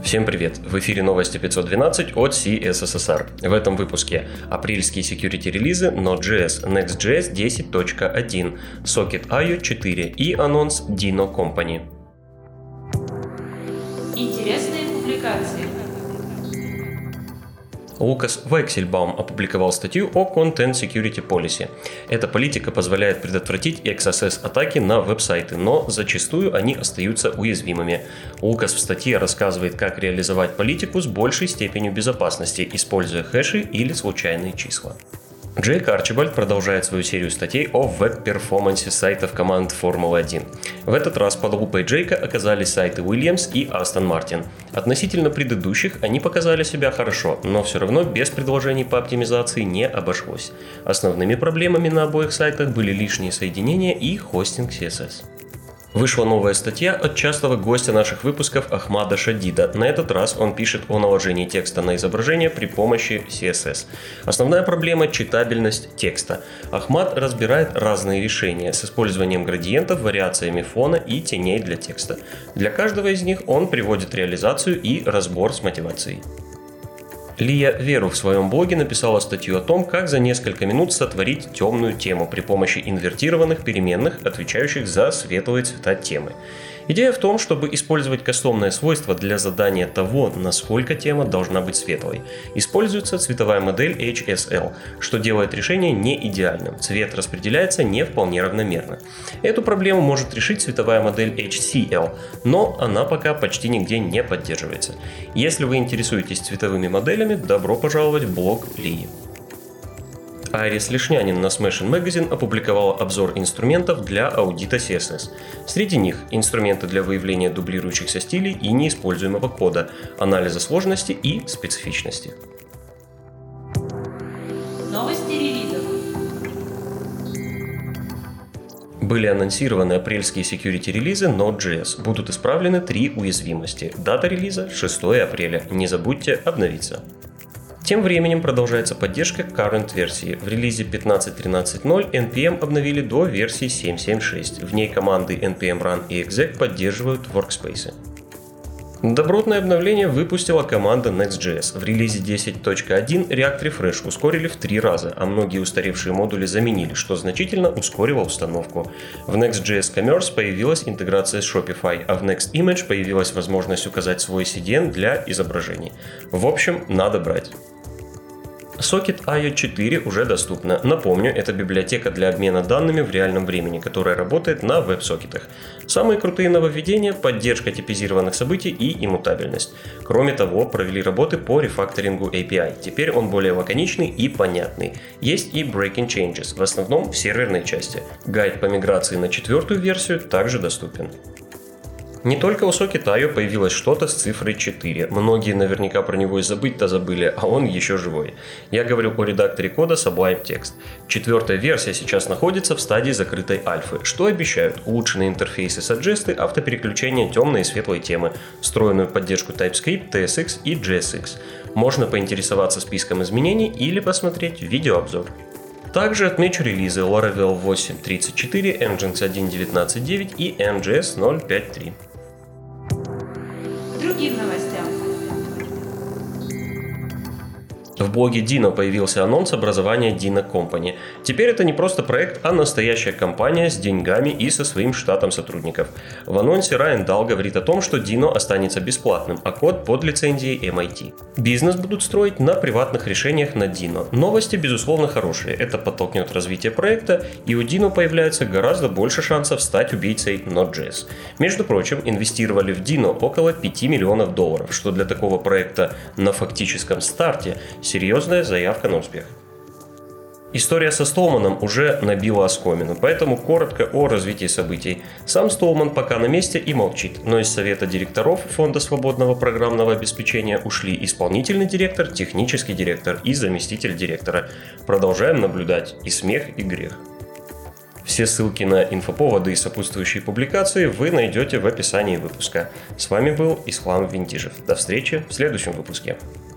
Всем привет! В эфире новости 512 от CSSR. В этом выпуске апрельские security-релизы Node.js, Next.js 10.1, Socket.io 4 и анонс Dino Company. Интересные публикации. Лукас Вайксельбаум опубликовал статью о Content Security Policy. Эта политика позволяет предотвратить XSS-атаки на веб-сайты, но зачастую они остаются уязвимыми. Лукас в статье рассказывает, как реализовать политику с большей степенью безопасности, используя хэши или случайные числа. Джейк Арчибальд продолжает свою серию статей о веб-перформансе сайтов команд Формулы-1. В этот раз под лупой Джейка оказались сайты Williams и Aston Martin. Относительно предыдущих они показали себя хорошо, но все равно без предложений по оптимизации не обошлось. Основными проблемами на обоих сайтах были лишние соединения и хостинг CSS. Вышла новая статья от частого гостя наших выпусков Ахмада Шадида. На этот раз он пишет о наложении текста на изображение при помощи CSS. Основная проблема – читабельность текста. Ахмад разбирает разные решения с использованием градиентов, вариациями фона и теней для текста. Для каждого из них он приводит реализацию и разбор с мотивацией. Лия Веру в своем блоге написала статью о том, как за несколько минут сотворить темную тему при помощи инвертированных переменных, отвечающих за светлые цвета темы. Идея в том, чтобы использовать кастомное свойство для задания того, насколько тема должна быть светлой. Используется цветовая модель HSL, что делает решение не идеальным. Цвет распределяется не вполне равномерно. Эту проблему может решить цветовая модель HCL, но она пока почти нигде не поддерживается. Если вы интересуетесь цветовыми моделями, добро пожаловать в блог Лии. Айрис Лишнянин на Smashing Magazine опубликовала обзор инструментов для аудита CSS. Среди них инструменты для выявления дублирующихся стилей и неиспользуемого кода, анализа сложности и специфичности. Новости релизов. Были анонсированы апрельские security-релизы Node.js. Будут исправлены 3 уязвимости. Дата релиза 6 апреля. Не забудьте обновиться. Тем временем продолжается поддержка current версии. В релизе 15.13.0 NPM обновили до версии 7.7.6. В ней команды npm run и exec поддерживают workspace. Добротное обновление выпустила команда Next.js. В релизе 10.1 React Refresh ускорили в 3 раза, а многие устаревшие модули заменили, что значительно ускорило установку. В Next.js Commerce появилась интеграция с Shopify, а в Next Image появилась возможность указать свой CDN для изображений. В общем, надо брать. Socket.io 4 уже доступна. Напомню, это библиотека для обмена данными в реальном времени, которая работает на веб-сокетах. Самые крутые нововведения – поддержка типизированных событий и иммутабельность. Кроме того, провели работы по рефакторингу API. Теперь он более лаконичный и понятный. Есть и breaking changes, в основном в серверной части. Гайд по миграции на 4-ю версию также доступен. Не только у Socket.io появилось что-то с цифрой 4. Многие наверняка про него и забыть-то забыли, а он еще живой. Я говорю о редакторе кода Sublime Text. 4-я версия сейчас находится в стадии закрытой альфы, что обещают улучшенные интерфейсы Suggesты, автопереключение темной и светлой темы, встроенную поддержку TypeScript, TSX и JSX. Можно поинтересоваться списком изменений или посмотреть видеообзор. Также отмечу релизы Laravel 8.34, Nginx 1.19.9 и NGS 0.5.3. Другим новостям. В блоге Dino появился анонс образования Dino Company. Теперь это не просто проект, а настоящая компания с деньгами и со своим штатом сотрудников. В анонсе Райан Дал говорит о том, что Dino останется бесплатным, а код под лицензией MIT. Бизнес будут строить на приватных решениях на Dino. Новости, безусловно, хорошие. Это подтолкнет развитие проекта, и у Dino появляется гораздо больше шансов стать убийцей Node.js. Между прочим, инвестировали в Dino около $5 миллионов, что для такого проекта на фактическом старте серьезная заявка на успех. История со Столманом уже набила оскомину, поэтому коротко о развитии событий. Сам Столман пока на месте и молчит, но из совета директоров Фонда свободного программного обеспечения ушли исполнительный директор, технический директор и заместитель директора. Продолжаем наблюдать и смех, и грех. Все ссылки на инфоповоды и сопутствующие публикации вы найдете в описании выпуска. С вами был Ислам Винтижев. До встречи в следующем выпуске.